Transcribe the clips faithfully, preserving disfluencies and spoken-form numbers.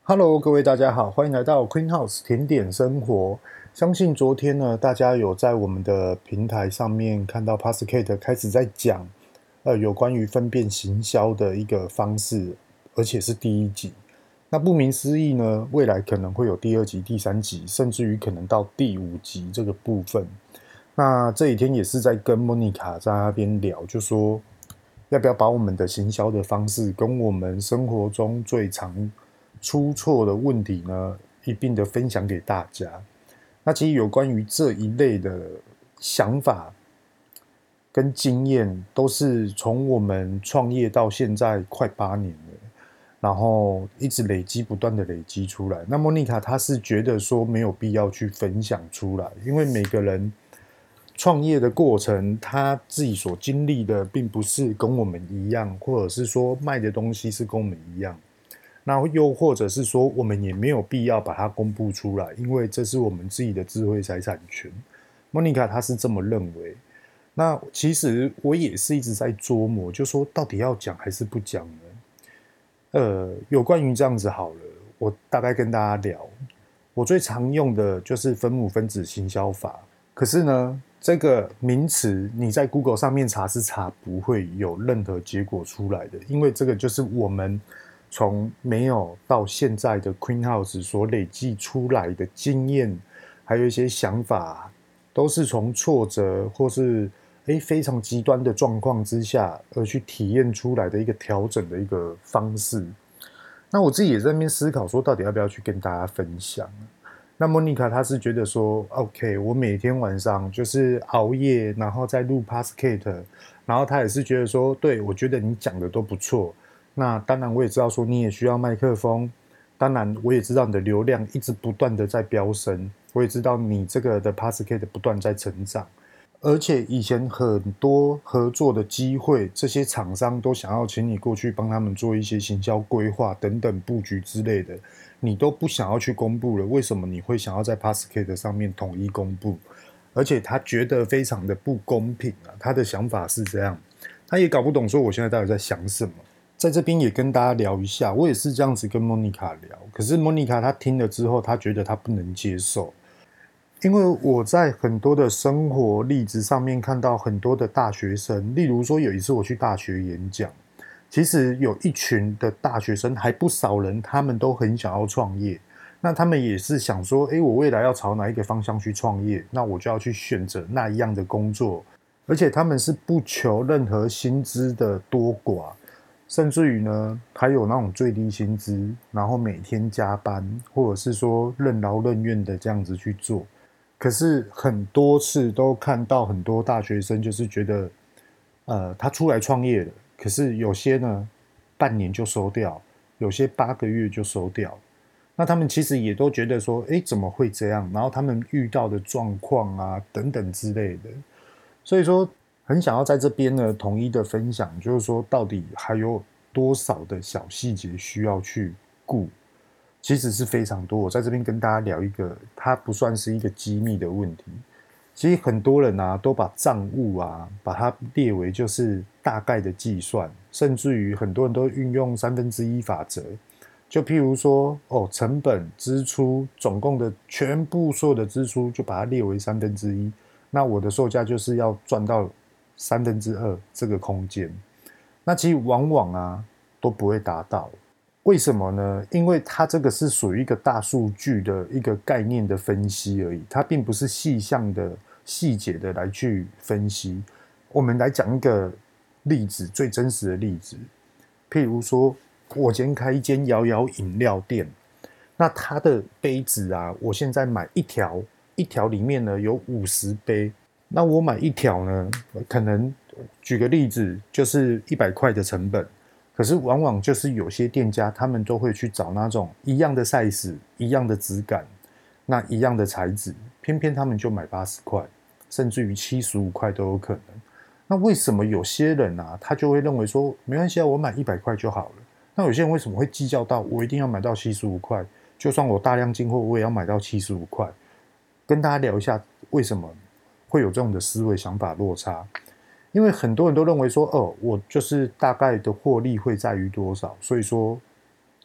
Hello，各位大家好，欢迎来到 Queen House 甜点生活。相信昨天呢，大家有在我们的平台上面看到 Passkate 开始在讲，呃，有关于分辨行销的一个方式，而且是第一集。那顾名思义呢，未来可能会有第二集、第三集，甚至于可能到第五集这个部分。那这几天也是在跟 Monica 在那边聊，就说要不要把我们的行销的方式跟我们生活中最常出错的问题呢，一并的分享给大家。那其实有关于这一类的想法跟经验，都是从我们创业到现在快八年了，然后一直累积，不断的累积出来。那莫妮卡她是觉得说没有必要去分享出来，因为每个人创业的过程，他自己所经历的并不是跟我们一样，或者是说卖的东西是跟我们一样。那又或者是说，我们也没有必要把它公布出来，因为这是我们自己的智慧财产权。莫妮卡她是这么认为。那其实我也是一直在琢磨，就说到底要讲还是不讲呢？呃，有关于这样子好了，我大概跟大家聊，我最常用的就是分母分子行销法。可是呢，这个名词你在 Google 上面查是查不会有任何结果出来的，因为这个就是我们从没有到现在的 Queen House 所累积出来的经验，还有一些想法，都是从挫折或是诶非常极端的状况之下而去体验出来的一个调整的一个方式。那我自己也在那边思考说，到底要不要去跟大家分享。那莫妮卡她是觉得说 ，OK， 我每天晚上就是熬夜，然后再录 Passkate， 然后她也是觉得说，对，我觉得你讲的都不错。那当然我也知道说你也需要麦克风，当然我也知道你的流量一直不断的在飙升，我也知道你这个的 Passkate 不断在成长。而且以前很多合作的机会，这些厂商都想要请你过去帮他们做一些行销规划等等布局之类的，你都不想要去公布了。为什么你会想要在 Passkate 上面统一公布？而且他觉得非常的不公平啊！他的想法是这样，他也搞不懂说我现在到底在想什么。在这边也跟大家聊一下，我也是这样子跟莫妮卡聊，可是莫妮卡她听了之后，她觉得她不能接受。因为我在很多的生活例子上面看到很多的大学生，例如说有一次我去大学演讲，其实有一群的大学生，还不少人，他们都很想要创业。那他们也是想说，诶，我未来要朝哪一个方向去创业，那我就要去选择那一样的工作，而且他们是不求任何薪资的多寡，甚至于呢，还有那种最低薪资，然后每天加班，或者是说任劳任怨的这样子去做。可是很多次都看到很多大学生就是觉得，呃，他出来创业了，可是有些呢半年就收掉，有些八个月就收掉。那他们其实也都觉得说，诶，怎么会这样？然后他们遇到的状况啊等等之类的，所以说很想要在这边呢统一的分享，就是说到底还有多少的小细节需要去顾。其实是非常多。我在这边跟大家聊一个，它不算是一个机密的问题。其实很多人啊，都把账务啊，把它列为就是大概的计算，甚至于很多人都运用三分之一法则。就譬如说，哦，成本、支出，总共的全部所有的支出，就把它列为三分之一。那我的售价就是要赚到三分之二这个空间。那其实往往啊都不会达到。为什么呢？因为它这个是属于一个大数据的一个概念的分析而已，它并不是细项的细节的来去分析。我们来讲一个例子，最真实的例子，譬如说，我今天开一间摇摇饮料店，那它的杯子啊，我现在买一条，一条里面呢有五十杯，那我买一条呢，可能举个例子，就是一百块的成本。可是往往就是有些店家，他们都会去找那种一样的 size、一样的质感、那一样的材质，偏偏他们就买八十块，甚至于七十五块都有可能。那为什么有些人啊，他就会认为说，没关系啊，我买一百块就好了。那有些人为什么会计较到我一定要买到七十五块？就算我大量进货，我也要买到七十五块。跟大家聊一下，为什么会有这种的思维想法落差？因为很多人都认为说，哦，我就是大概的获利会在于多少，所以说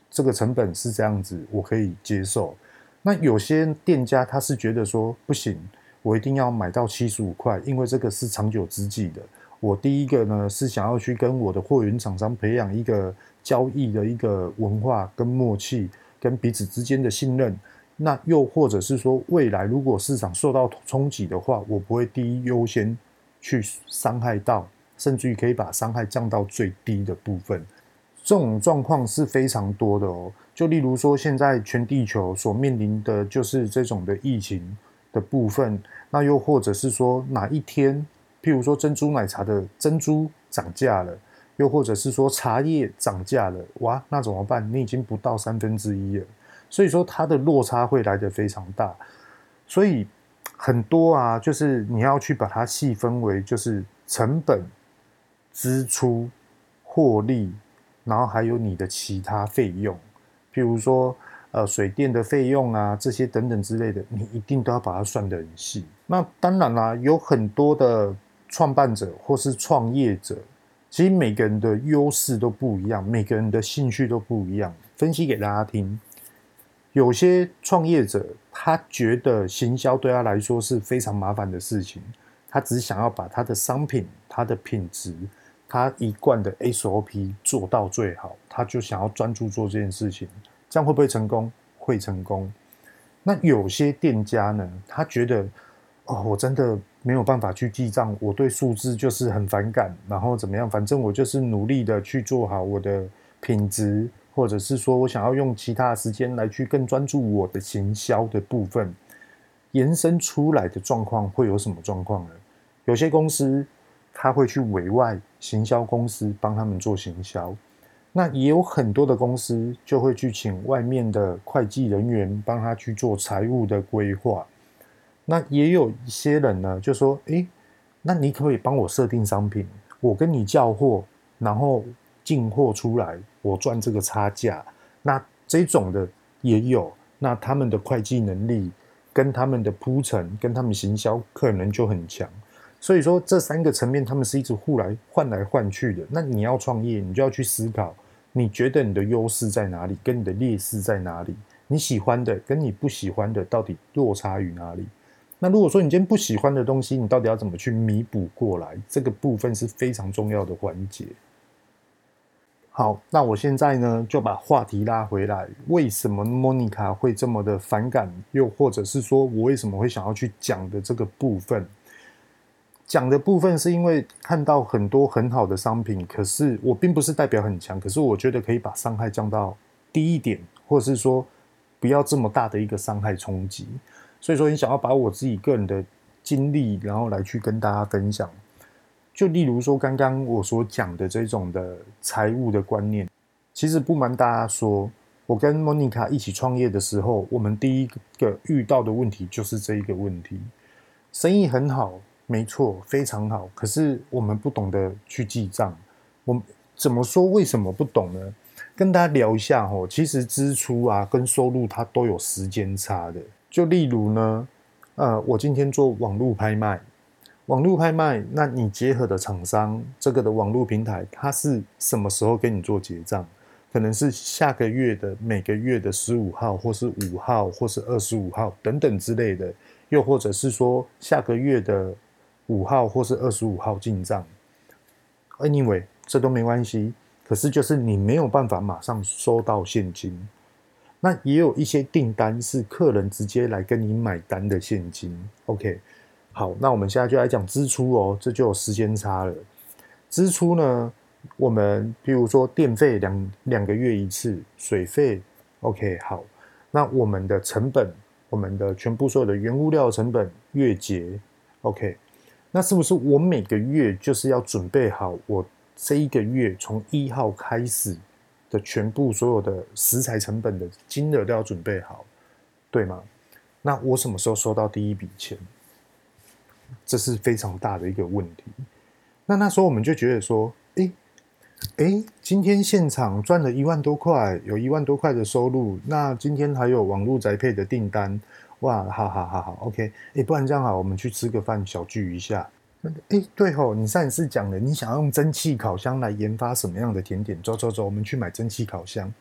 这个成本是这样子，我可以接受。那有些店家他是觉得说不行，我一定要买到七十五块，因为这个是长久之计的。我第一个呢是想要去跟我的货源厂商培养一个交易的一个文化跟默契，跟彼此之间的信任。那又或者是说，未来如果市场受到冲击的话，我不会第一优先去伤害到，甚至于可以把伤害降到最低的部分。这种状况是非常多的哦。就例如说，现在全地球所面临的就是这种的疫情的部分，那又或者是说哪一天，譬如说珍珠奶茶的珍珠涨价了，又或者是说茶叶涨价了，哇，那怎么办？你已经不到三分之一了。所以说它的落差会来得非常大，所以很多啊，就是你要去把它细分为就是成本、支出、获利，然后还有你的其他费用，譬如说呃水电的费用啊，这些等等之类的，你一定都要把它算得很细。那当然啦，有很多的创办者或是创业者，其实每个人的优势都不一样，每个人的兴趣都不一样。分析给大家听。有些创业者，他觉得行销对他来说是非常麻烦的事情，他只想要把他的商品、他的品质、他一贯的 S O P 做到最好，他就想要专注做这件事情。这样会不会成功？会成功。那有些店家呢，他觉得哦，我真的没有办法去记账，我对数字就是很反感，然后怎么样，反正我就是努力的去做好我的品质。或者是说我想要用其他的时间来去更专注我的行销的部分，延伸出来的状况会有什么状况呢？有些公司他会去委外行销公司帮他们做行销，那也有很多的公司就会去请外面的会计人员帮他去做财务的规划。那也有一些人呢就说，诶，那你可不可以帮我设定商品，我跟你叫货，然后进货出来，我赚这个差价。那这种的也有，那他们的会计能力跟他们的铺陈跟他们行销可能就很强。所以说这三个层面他们是一直互来换来换去的。那你要创业，你就要去思考，你觉得你的优势在哪里，跟你的劣势在哪里，你喜欢的跟你不喜欢的到底落差于哪里。那如果说你今天不喜欢的东西，你到底要怎么去弥补过来，这个部分是非常重要的环节。好，那我现在呢就把话题拉回来，为什么 Monica 会这么的反感，又或者是说我为什么会想要去讲的这个部分。讲的部分是因为看到很多很好的商品，可是我并不是代表很强，可是我觉得可以把伤害降到低一点，或者是说不要这么大的一个伤害冲击。所以说你想要把我自己个人的经历，然后来去跟大家分享。就例如说刚刚我所讲的这种的财务的观念，其实不瞒大家说，我跟 Monica 一起创业的时候，我们第一个遇到的问题就是这一个问题。生意很好，没错，非常好，可是我们不懂得去记账。我们怎么说？为什么不懂呢？跟大家聊一下哦，其实支出啊跟收入它都有时间差的。就例如呢，呃，我今天做网络拍卖。网络拍卖，那你结合的厂商这个的网络平台，它是什么时候跟你做结账？可能是下个月的每个月的十五号，或是五号，或是二十五号等等之类的，又或者是说下个月的五号或是二十五号进账。Anyway， 这都没关系，可是就是你没有办法马上收到现金。那也有一些订单是客人直接来跟你买单的现金。OK。好，那我们现在就来讲支出哦，这就有时间差了。支出呢，我们比如说电费两两个月一次，水费 ，OK， 好。那我们的成本，我们的全部所有的原物料成本月结 ，OK。那是不是我每个月就是要准备好我这一个月从一号开始的全部所有的食材成本的金额都要准备好，对吗？那我什么时候收到第一笔钱？这是非常大的一个问题。那那时候我们就觉得说，诶诶，今天现场赚了一万多块，有一万多块的收入，那今天还有网络宅配的订单，哇，好好好好 ，OK， 诶，不然这样好，我们去吃个饭，小聚一下。诶，对吼，你上一次讲了，你想要用蒸汽烤箱来研发什么样的甜点？走走走，我们去买蒸汽烤箱。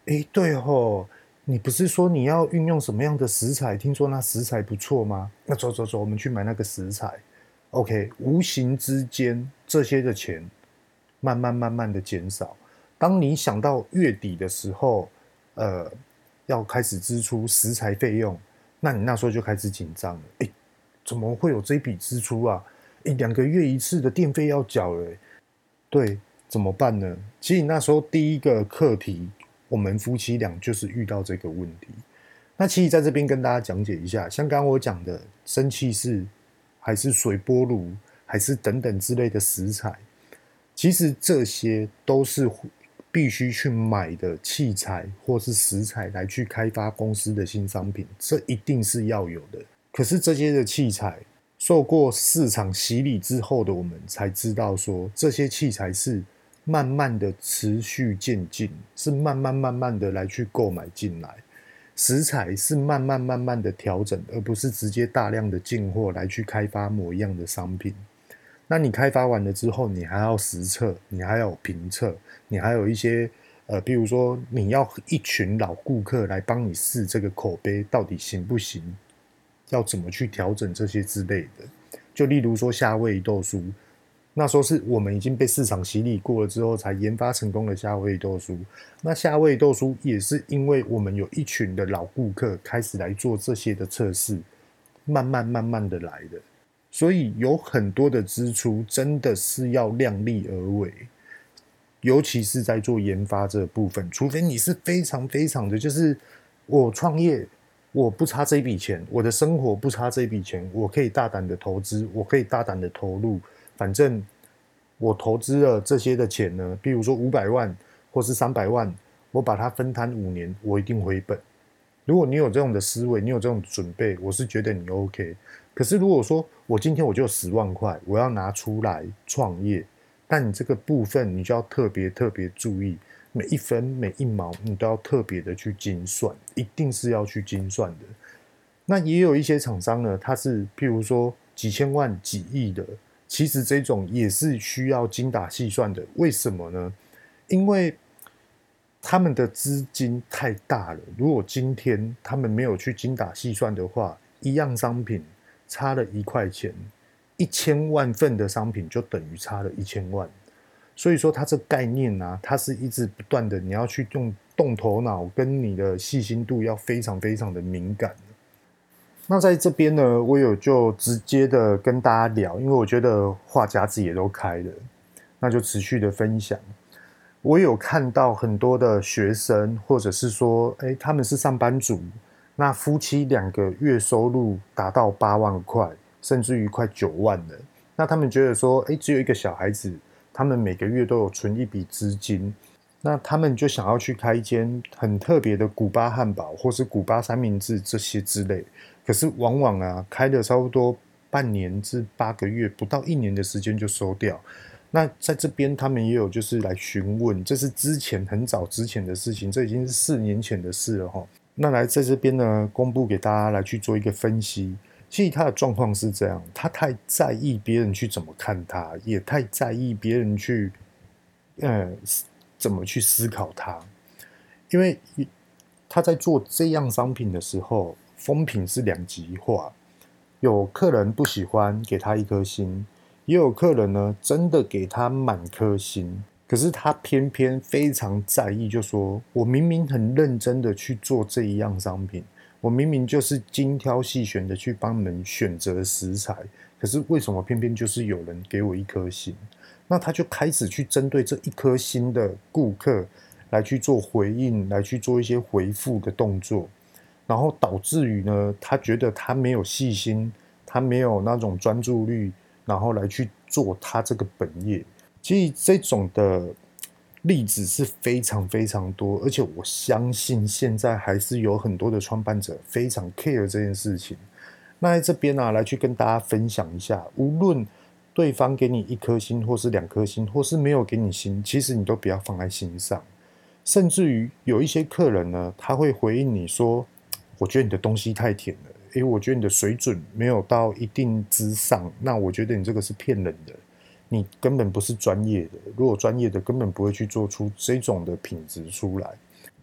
诶，对吼，你不是说你要运用什么样的食材？听说那食材不错吗？那走走走，我们去买那个食材。OK，无形之间这些的钱慢慢慢慢的减少。当你想到月底的时候，呃，要开始支出食材费用，那你那时候就开始紧张了。诶，怎么会有这笔支出啊？诶，两个月一次的电费要缴了，对，怎么办呢？其实那时候第一个课题，我们夫妻俩就是遇到这个问题。那其实在这边跟大家讲解一下，像刚刚我讲的生气式，还是水波炉，还是等等之类的食材，其实这些都是必须去买的器材或是食材来去开发公司的新商品，这一定是要有的。可是这些的器材受过市场洗礼之后的我们才知道说，这些器材是慢慢的持续渐进，是慢慢慢慢的来去购买进来。食材是慢慢慢慢的调整，而不是直接大量的进货来去开发某一样的商品。那你开发完了之后，你还要实测，你还要评测，你还有一些呃，比如说你要一群老顾客来帮你试这个口碑到底行不行，要怎么去调整这些之类的。就例如说夏威夷豆酥，那时候是我们已经被市场洗礼过了之后，才研发成功的夏威夷豆酥。那夏威夷豆酥也是因为我们有一群的老顾客开始来做这些的测试，慢慢慢慢的来的。所以有很多的支出真的是要量力而为，尤其是在做研发这部分，除非你是非常非常的，就是我创业，我不差这笔钱，我的生活不差这笔钱，我可以大胆的投资，我可以大胆的投入，反正我投资了这些的钱呢，比如说五百万或是三百万，我把它分摊五年，我一定回本。如果你有这种的思维，你有这种准备，我是觉得你 OK。可是如果说我今天我就有十万块，我要拿出来创业，但你这个部分你就要特别特别注意，每一分每一毛你都要特别的去精算，一定是要去精算的。那也有一些厂商呢，它是譬如说几千万、几亿的，其实这种也是需要精打细算的。为什么呢？因为他们的资金太大了，如果今天他们没有去精打细算的话，一样商品差了一块钱，一千万份的商品就等于差了一千万。所以说，它这概念啊，它是一直不断的，你要去用动头脑，跟你的细心度要非常非常的敏感。那在这边呢，我有就直接的跟大家聊，因为我觉得话匣子也都开了，那就持续的分享。我有看到很多的学生，或者是说，哎，他们是上班族，那夫妻两个月收入达到八万块，甚至于快九万了。那他们觉得说，哎，只有一个小孩子，他们每个月都有存一笔资金，那他们就想要去开一间很特别的古巴汉堡，或是古巴三明治这些之类。可是往往啊，开了差不多半年至八个月，不到一年的时间就收掉。那在这边，他们也有就是来询问，这是之前很早之前的事情，这已经是四年前的事了哈。那来在这边呢，公布给大家来去做一个分析。其实他的状况是这样，他太在意别人去怎么看他，也太在意别人去，呃，怎么去思考他。因为他在做这样商品的时候，风评是两极化，有客人不喜欢，给他一颗星。也有客人呢，真的给他满颗星，可是他偏偏非常在意，就说我明明很认真的去做这一样商品，我明明就是精挑细选的去帮你们选择食材，可是为什么偏偏就是有人给我一颗星？那他就开始去针对这一颗星的顾客来去做回应，来去做一些回复的动作，然后导致于呢，他觉得他没有细心，他没有那种专注力。然后来去做他这个本业，其实这种的例子是非常非常多，而且我相信现在还是有很多的创办者非常 care 这件事情。那在这边呢、啊，来去跟大家分享一下，无论对方给你一颗星，或是两颗星，或是没有给你星，其实你都不要放在心上。甚至于有一些客人呢，他会回应你说：“我觉得你的东西太甜了。”诶，我觉得你的水准没有到一定之上，那我觉得你这个是骗人的，你根本不是专业的。如果专业的，根本不会去做出这种的品质出来。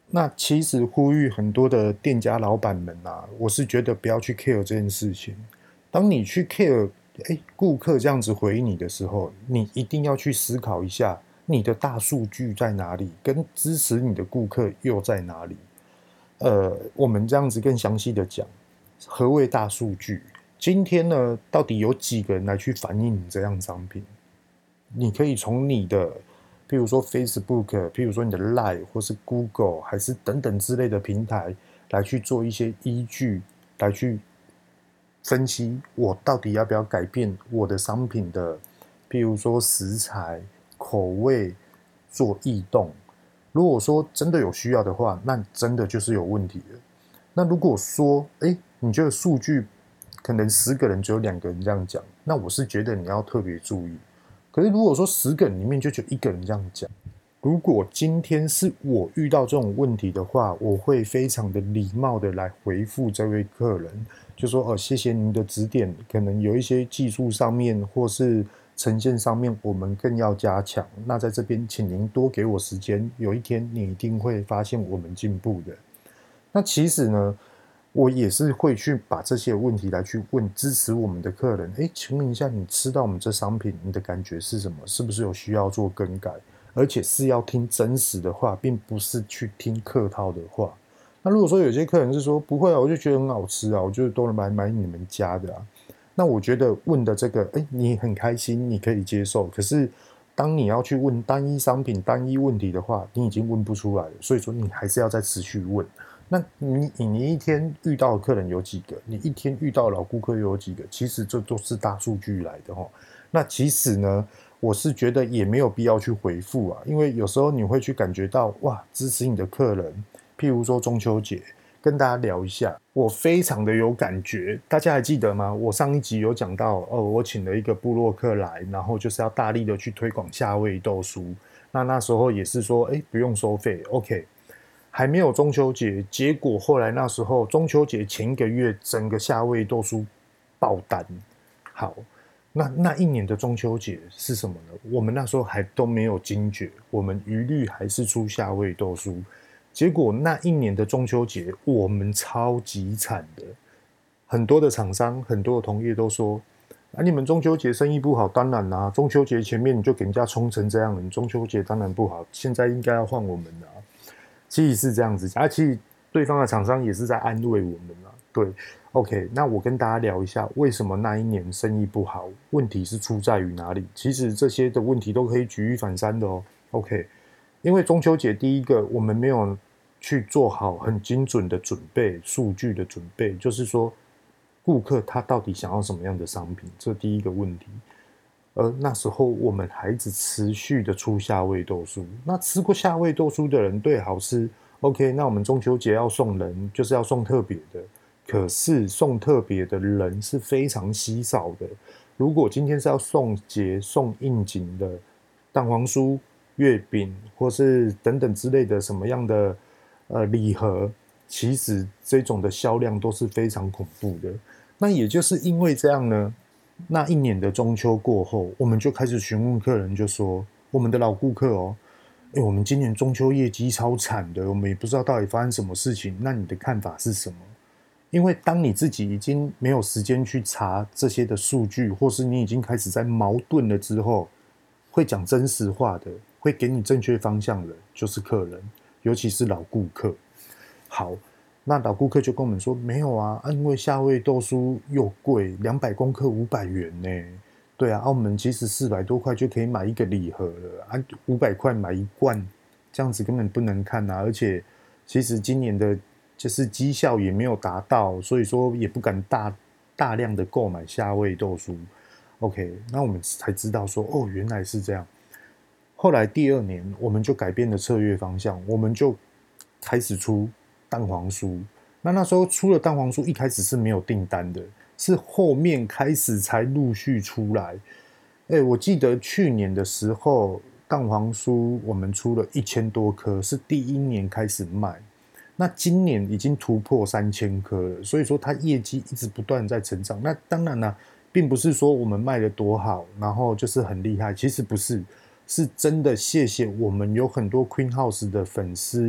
那其实呼吁很多的店家老板们啊，我是觉得不要去 care 这件事情。当你去 care，哎，顾客这样子回你的时候，你一定要去思考一下，你的大数据在哪里，跟支持你的顾客又在哪里？呃，我们这样子更详细的讲，何谓大数据？今天呢，到底有几个人来去反映你这样商品？你可以从你的，譬如说 Facebook，譬如说你的 Line 或是 Google，还是等等之类的平台，来去做一些依据，来去分析我到底要不要改变我的商品的，譬如说食材、口味做异动。如果说真的有需要的话，那真的就是有问题了。那如果说，哎，你觉得数据可能十个人只有两个人这样讲，那我是觉得你要特别注意。可是如果说十个人里面就只有一个人这样讲，如果今天是我遇到这种问题的话，我会非常的礼貌的来回复这位客人，就说哦，谢谢您的指点，可能有一些技术上面或是呈现上面我们更要加强。那在这边，请您多给我时间，有一天你一定会发现我们进步的。那其实呢，我也是会去把这些问题来去问支持我们的客人，诶，请问一下，你吃到我们这商品，你的感觉是什么？是不是有需要做更改？而且是要听真实的话，并不是去听客套的话。那如果说有些客人是说不会啊，我就觉得很好吃啊，我就都能买买你们家的啊。那我觉得问的这个，哎，你很开心，你可以接受。可是当你要去问单一商品、单一问题的话，你已经问不出来了。所以说你还是要再持续问。那你你一天遇到的客人有几个？你一天遇到的老顾客又有几个？其实这都是大数据来的哈。那其实呢，我是觉得也没有必要去回复啊，因为有时候你会去感觉到哇，支持你的客人，譬如说中秋节，跟大家聊一下，我非常的有感觉。大家还记得吗？我上一集有讲到哦，我请了一个部落客来，然后就是要大力的去推广夏威夷豆酥。那那时候也是说，哎，不用收费 ，OK。还没有中秋节，结果后来那时候中秋节前一个月，整个夏威夷豆酥爆单。好，那那一年的中秋节是什么呢？我们那时候还都没有惊觉，我们一律还是出夏威夷豆酥。结果那一年的中秋节，我们超级惨的，很多的厂商、很多的同业都说：啊，你们中秋节生意不好，当然啦、啊，中秋节前面你就给人家冲成这样，你中秋节当然不好，现在应该要换我们了、啊。其实是这样子，而、啊、其实对方的厂商也是在安慰我们啦。对 ，OK， 那我跟大家聊一下，为什么那一年生意不好？问题是出在于哪里？其实这些的问题都可以举一反三的哦。OK， 因为中秋节第一个，我们没有去做好很精准的准备，数据的准备，就是说顾客他到底想要什么样的商品，这第一个问题。而那时候我们还一直持续的出夏威豆酥，那吃过夏威豆酥的人对好吃 ，OK， 那我们中秋节要送人，就是要送特别的。可是送特别的人是非常稀少的。如果今天是要送节、送应景的蛋黄酥、月饼，或是等等之类的什么样的呃礼盒，其实这种的销量都是非常恐怖的。那也就是因为这样呢。那一年的中秋过后，我们就开始询问客人，就说我们的老顾客哦，哎，我们今年中秋业绩超惨的，我们也不知道到底发生什么事情，那你的看法是什么？因为当你自己已经没有时间去查这些的数据，或是你已经开始在矛盾了之后，会讲真实话的，会给你正确方向的，就是客人，尤其是老顾客。好。那老顾客就跟我们说没有啊，啊因为夏威夷豆酥又贵，两百公克五百元呢。对啊，澳门其实四百多块就可以买一个礼盒了啊，五百块买一罐，这样子根本不能看啊。而且其实今年的就是绩效也没有达到，所以说也不敢大大量的购买夏威夷豆酥。OK， 那我们才知道说哦原来是这样。后来第二年我们就改变了策略方向，我们就开始出。蛋黄酥，那那时候出了蛋黄酥，一开始是没有订单的，是后面开始才陆续出来。哎，我记得去年的时候，蛋黄酥我们出了一千多颗，是第一年开始卖。那今年已经突破三千颗了，所以说它业绩一直不断在成长。那当然啦，并不是说我们卖的多好，然后就是很厉害，其实不是，是真的谢谢我们有很多 Queen House 的粉丝。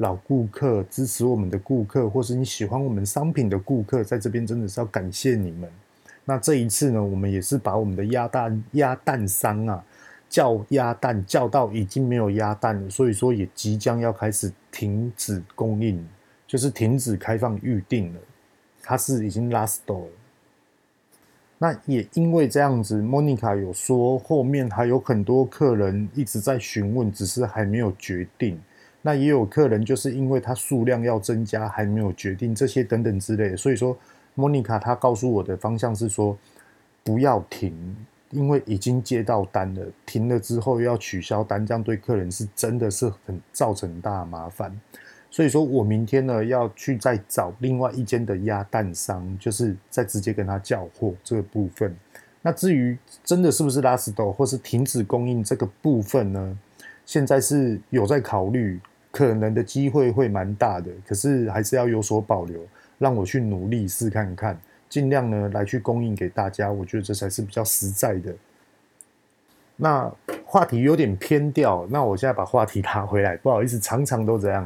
老顾客、支持我们的顾客，或是你喜欢我们商品的顾客，在这边真的是要感谢你们。那这一次呢，我们也是把我们的鸭蛋鸭蛋商啊叫鸭蛋叫到已经没有鸭蛋了，所以说也即将要开始停止供应，就是停止开放预订了，它是已经 last store 了。那也因为这样子 ，Monica 有说后面还有很多客人一直在询问，只是还没有决定。那也有客人就是因为他数量要增加，还没有决定这些等等之类的。所以说 ，Monica 她告诉我的方向是说，不要停，因为已经接到单了，停了之后又要取消单，这样对客人是真的是很造成很大的麻烦。所以说我明天呢要去再找另外一间的鸭蛋商，就是再直接跟他叫货这个部分。那至于真的是不是 last store 或是停止供应这个部分呢，现在是有在考虑，可能的机会会蛮大的，可是还是要有所保留，让我去努力试看看，尽量呢来去供应给大家，我觉得这才是比较实在的。那话题有点偏掉，那我现在把话题拉回来，不好意思，常常都这样。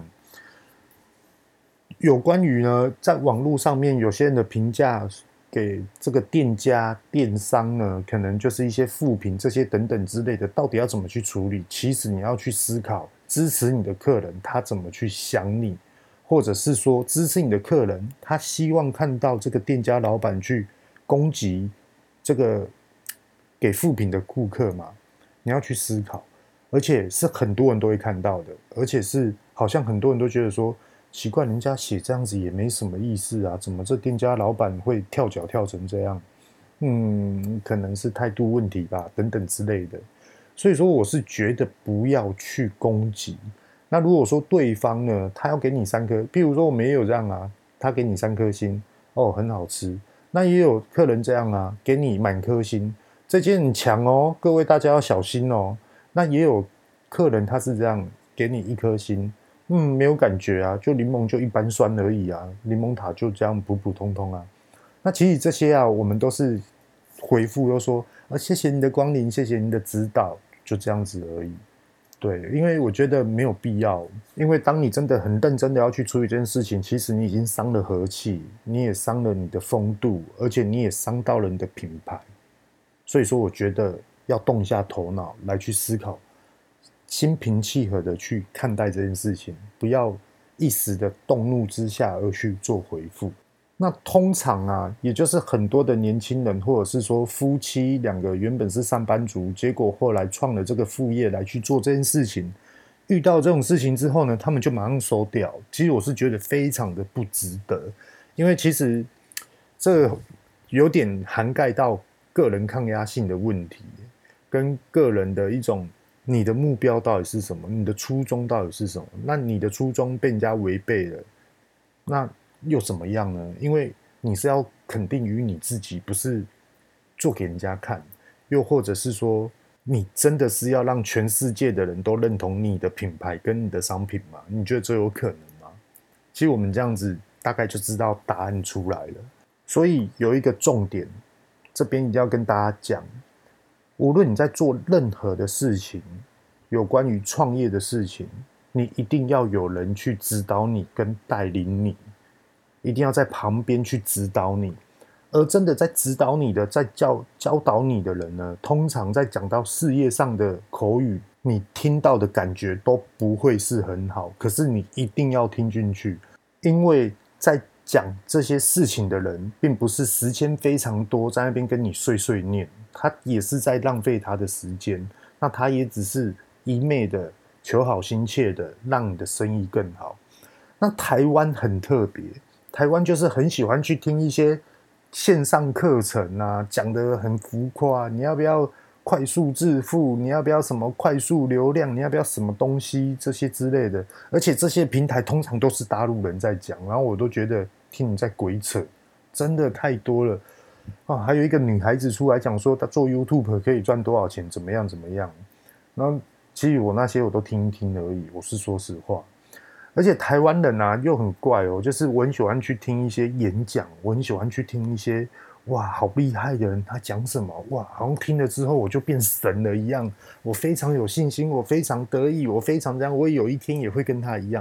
有关于呢，在网络上面有些人的评价给这个店家、电商呢，可能就是一些负评这些等等之类的，到底要怎么去处理？其实你要去思考，支持你的客人他怎么去想你，或者是说支持你的客人他希望看到这个店家老板去攻击这个给负评的顾客嘛？你要去思考，而且是很多人都会看到的，而且是好像很多人都觉得说。奇怪，人家写这样子也没什么意思啊，怎么这店家老板会跳脚跳成这样？嗯，可能是态度问题吧，等等之类的。所以说，我是觉得不要去攻击。那如果说对方呢，他要给你三颗，譬如说我们也有这样啊，他给你三颗星，哦，很好吃。那也有客人这样啊，给你满颗星，这件很强哦，各位大家要小心哦。那也有客人他是这样，给你一颗星。嗯，没有感觉啊，就柠檬就一般酸而已啊，柠檬塔就这样普普通通啊。那其实这些啊，我们都是回复都说啊，谢谢你的光临，谢谢你的指导，就这样子而已。对，因为我觉得没有必要，因为当你真的很认真的要去处理这件事情，其实你已经伤了和气，你也伤了你的风度，而且你也伤到了你的品牌。所以说，我觉得要动一下头脑来去思考。心平气和的去看待这件事情，不要一时的动怒之下而去做回复。那通常啊，也就是很多的年轻人，或者是说夫妻两个原本是上班族，结果后来创了这个副业来去做这件事情，遇到这种事情之后呢，他们就马上收掉。其实我是觉得非常的不值得，因为其实这有点涵盖到个人抗压性的问题，跟个人的一种。你的目标到底是什么？你的初衷到底是什么？那你的初衷被人家违背了，那又怎么样呢？因为你是要肯定于你自己，不是做给人家看，又或者是说，你真的是要让全世界的人都认同你的品牌跟你的商品吗？你觉得这有可能吗？其实我们这样子大概就知道答案出来了。所以有一个重点，这边一定要跟大家讲。无论你在做任何的事情，有关于创业的事情，你一定要有人去指导你跟带领你，一定要在旁边去指导你。而真的在指导你的，在教教导你的人呢，通常在讲到事业上的口语，你听到的感觉都不会是很好，可是你一定要听进去，因为在讲这些事情的人，并不是时间非常多，在那边跟你碎碎念。他也是在浪费他的时间，那他也只是一昧的求好心切的让你的生意更好。那台湾很特别，台湾就是很喜欢去听一些线上课程啊，讲得很浮夸，你要不要快速致富？你要不要什么快速流量？你要不要什么东西这些之类的？而且这些平台通常都是大陆人在讲，然后我都觉得听你在鬼扯，真的太多了。啊，还有一个女孩子出来讲说，她做 YouTube 可以赚多少钱，怎么样怎么样。然后其实我那些我都听一听而已，我是说实话。而且台湾人啊又很怪哦，就是我很喜欢去听一些演讲，我很喜欢去听一些哇好厉害的人他讲什么，哇好像听了之后我就变神了一样，我非常有信心，我非常得意，我非常这样，我有一天也会跟他一样。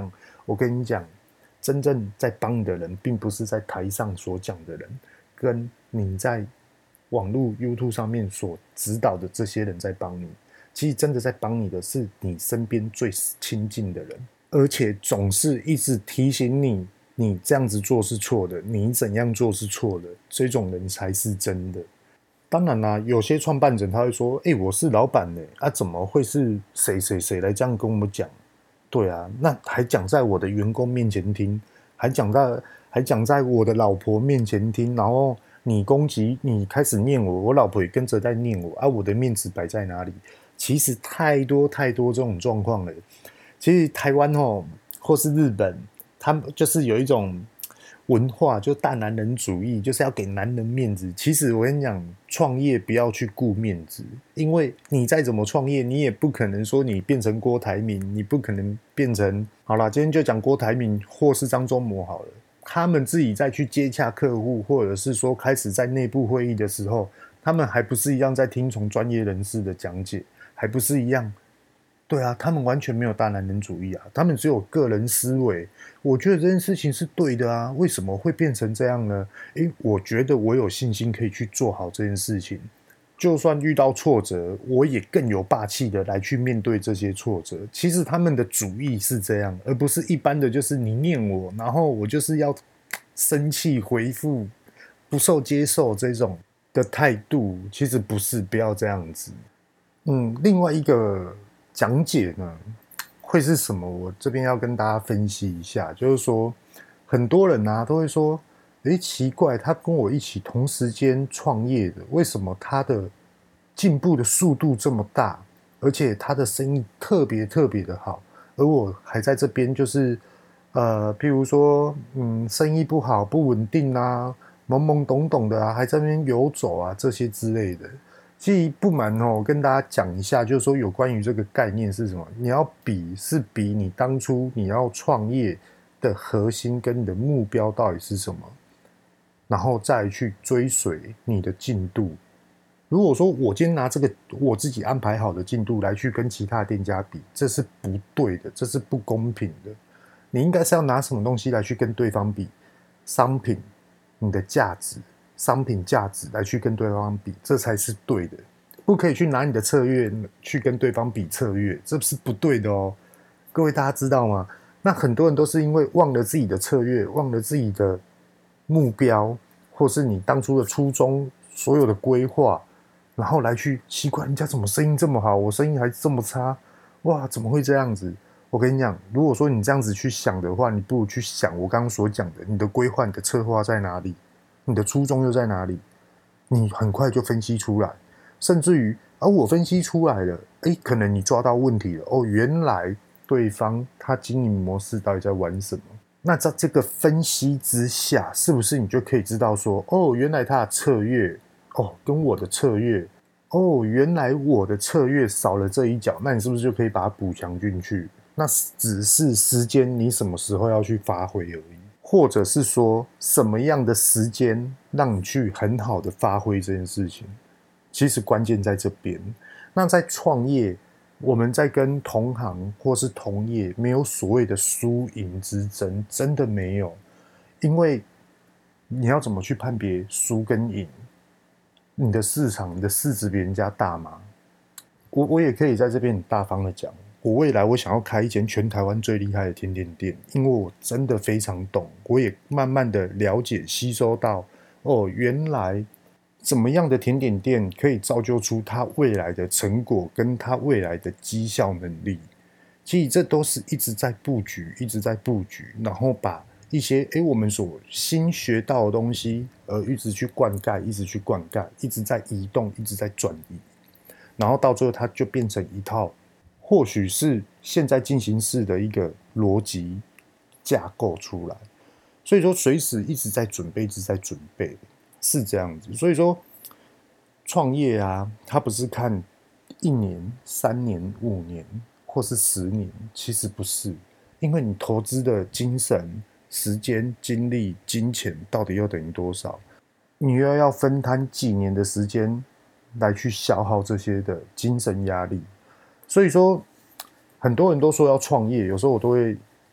我跟你讲，真正在帮你的人，并不是在台上所讲的人，跟你在网络 YouTube 上面所指导的这些人在帮你。其实真的在帮你的是你身边最亲近的人，而且总是一直提醒你，你这样子做是错的，你怎样做是错的，这种人才是真的。当然啦，有些创办人他会说：“哎、欸，我是老板呢，啊，怎么会是谁谁谁来这样跟我们讲？”对啊，那还讲在我的员工面前听，还讲在还讲在我的老婆面前听，然后你攻击你开始念我，我老婆也跟着在念我啊，我的面子摆在哪里？其实太多太多这种状况了。其实台湾哦，或是日本，他们就是有一种文化，就大男人主义，就是要给男人面子。其实我跟你讲，创业不要去顾面子，因为你再怎么创业，你也不可能说你变成郭台铭，你不可能变成好啦，今天就讲郭台铭或是张忠谋好了。他们自己再去接洽客户，或者是说开始在内部会议的时候，他们还不是一样在听从专业人士的讲解。还不是一样？对啊，他们完全没有大男人主义啊，他们只有个人思维。我觉得这件事情是对的啊，为什么会变成这样呢？诶，我觉得我有信心可以去做好这件事情，就算遇到挫折，我也更有霸气的来去面对这些挫折。其实他们的主意是这样，而不是一般的就是你念我，然后我就是要生气回复，不受接受这种的态度，其实不是，不要这样子。嗯，另外一个讲解呢，会是什么？我这边要跟大家分析一下，就是说，很多人啊都会说，诶，奇怪，他跟我一起同时间创业的，为什么他的进步的速度这么大，而且他的生意特别特别的好，而我还在这边就是，呃，譬如说，嗯，生意不好、不稳定啊，懵懵懂懂的啊，还在那边游走啊，这些之类的。其实不瞒哦，跟大家讲一下，就是说有关于这个概念是什么？你要比是比你当初你要创业的核心跟你的目标到底是什么，然后再去追随你的进度。如果说我今天拿这个我自己安排好的进度来去跟其他店家比，这是不对的，这是不公平的。你应该是要拿什么东西来去跟对方比？商品，你的价值。商品价值来去跟对方比，这才是对的，不可以去拿你的策略去跟对方比策略，这是不对的哦。各位大家知道吗？那很多人都是因为忘了自己的策略，忘了自己的目标，或是你当初的初衷，所有的规划，然后来去奇怪人家怎么生意这么好，我生意还这么差，哇，怎么会这样子？我跟你讲，如果说你这样子去想的话，你不如去想我刚刚所讲的，你的规划、你的策划在哪里？你的初衷又在哪里？你很快就分析出来，甚至于，而、啊、我分析出来了，哎，可能你抓到问题了，哦，原来对方他经营模式到底在玩什么？那在这个分析之下，是不是你就可以知道说，哦，原来他的策略，哦，跟我的策略，哦，原来我的策略少了这一角，那你是不是就可以把它补强进去？那只是时间，你什么时候要去发挥而已。或者是说什么样的时间让你去很好的发挥这件事情，其实关键在这边。那在创业，我们在跟同行或是同业，没有所谓的输赢之争，真的没有。因为你要怎么去判别输跟赢？你的市场、你的市值比人家大吗？我我也可以在这边很大方的讲。我未来我想要开一间全台湾最厉害的甜点店，因为我真的非常懂，我也慢慢的了解吸收到，哦，原来怎么样的甜点店可以造就出它未来的成果跟它未来的绩效能力。其实这都是一直在布局，一直在布局，然后把一些诶我们所新学到的东西，而一直去灌溉，一直去灌溉，一直在移动，一直在转移，然后到最后它就变成一套。或许是现在进行式的一个逻辑架构出来，所以说随时一直在准备，一直在准备，是这样子。所以说创业啊，它不是看一年、三年、五年或是十年，其实不是，因为你投资的精神、时间、精力、金钱到底又等于多少？你又要分摊几年的时间来去消耗这些的精神压力。所以说，很多人都说要创业，有时候我都会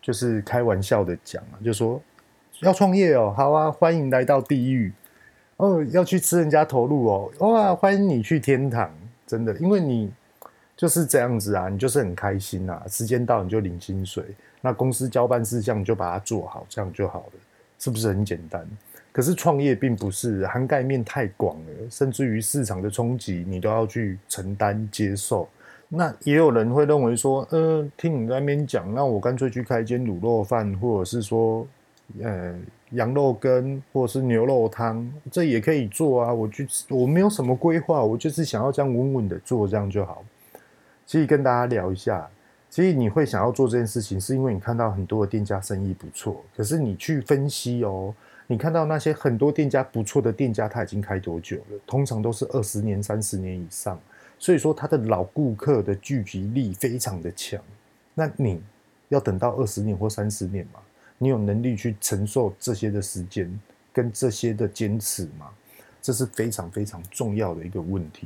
就是开玩笑的讲啊，就说要创业哦，好啊，欢迎来到地狱哦，要去吃人家头路哦，哇，欢迎你去天堂，真的，因为你就是这样子啊，你就是很开心啊，时间到你就领薪水，那公司交办事项你就把它做好，这样就好了，是不是很简单？可是创业并不是，涵盖面太广了，甚至于市场的冲击你都要去承担接受。那也有人会认为说，呃，听你在那边讲，那我干脆去开间卤肉饭，或者是说，呃，羊肉羹，或者是牛肉汤，这也可以做啊。我就我没有什么规划，我就是想要这样稳稳的做，这样就好。其实跟大家聊一下，其实你会想要做这件事情，是因为你看到很多的店家生意不错，可是你去分析哦，你看到那些很多店家不错的店家，他已经开多久了？通常都是二十年、三十年以上。所以说，他的老顾客的聚集力非常的强。那你要等到二十年或三十年吗？你有能力去承受这些的时间跟这些的坚持吗？这是非常非常重要的一个问题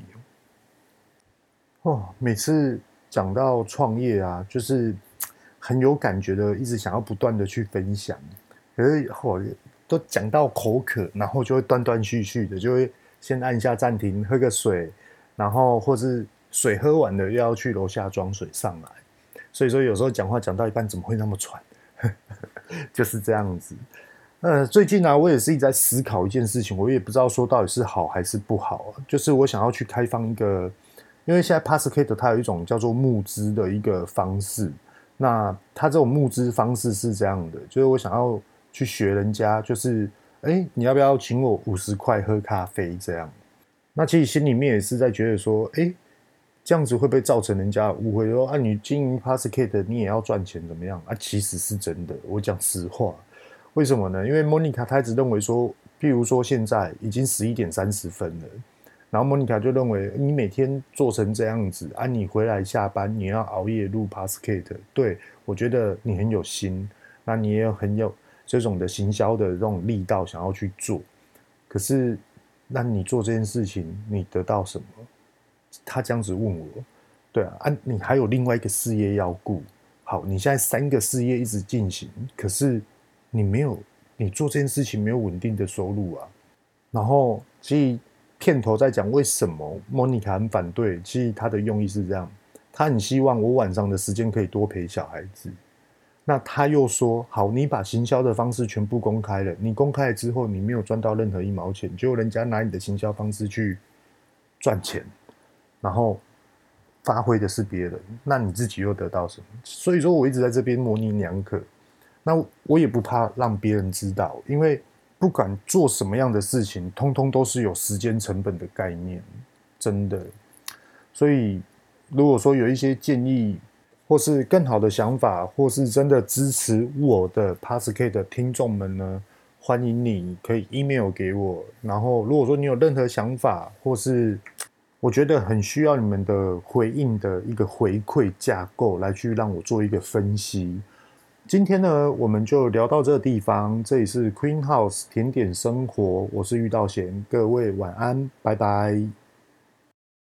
哦。每次讲到创业啊，就是很有感觉的，一直想要不断的去分享，可是哦，都讲到口渴，然后就会断断续续的，就会先按下暂停，喝个水。然后或是水喝完了又要去楼下装水上来，所以说有时候讲话讲到一半怎么会那么喘？就是这样子。呃，最近呢、啊，我也是一直在思考一件事情，我也不知道说到底是好还是不好、啊。就是我想要去开放一个，因为现在 Passkate 它有一种叫做募资的一个方式，那它这种募资方式是这样的，就是我想要去学人家，就是哎，你要不要请我五十块喝咖啡这样？那其实心里面也是在觉得说，哎，这样子会不会造成人家误会说啊，你经营 Passkate 你也要赚钱怎么样啊？其实是真的，我讲实话，为什么呢？因为 Monica 她一直认为说，譬如说现在已经十一点三十分了，然后 Monica 就认为你每天做成这样子啊，你回来下班你要熬夜录 Passkate， 对，我觉得你很有心，那你也很有这种的行销的这种力道想要去做，可是。那你做这件事情，你得到什么？他这样子问我，对啊，啊，你还有另外一个事业要顾。好，你现在三个事业一直进行，可是你没有，你做这件事情没有稳定的收入啊。然后，其实片头在讲为什么 Monica 很反对，其实他的用意是这样，他很希望我晚上的时间可以多陪小孩子。那他又说好，你把行销的方式全部公开了，你公开了之后，你没有赚到任何一毛钱，结果人家拿你的行销方式去赚钱，然后发挥的是别人，那你自己又得到什么？所以说我一直在这边模棱两可。那我也不怕让别人知道，因为不管做什么样的事情，通通都是有时间成本的概念，真的。所以如果说有一些建议。或是更好的想法，或是真的支持我的 Passkate 的听众们呢，欢迎你可以 email 给我。然后，如果说你有任何想法，或是我觉得很需要你们的回应的一个回馈架构，来去让我做一个分析。今天呢，我们就聊到这个地方。这里是 Queen House 甜点生活，我是玉道贤，各位晚安，拜拜。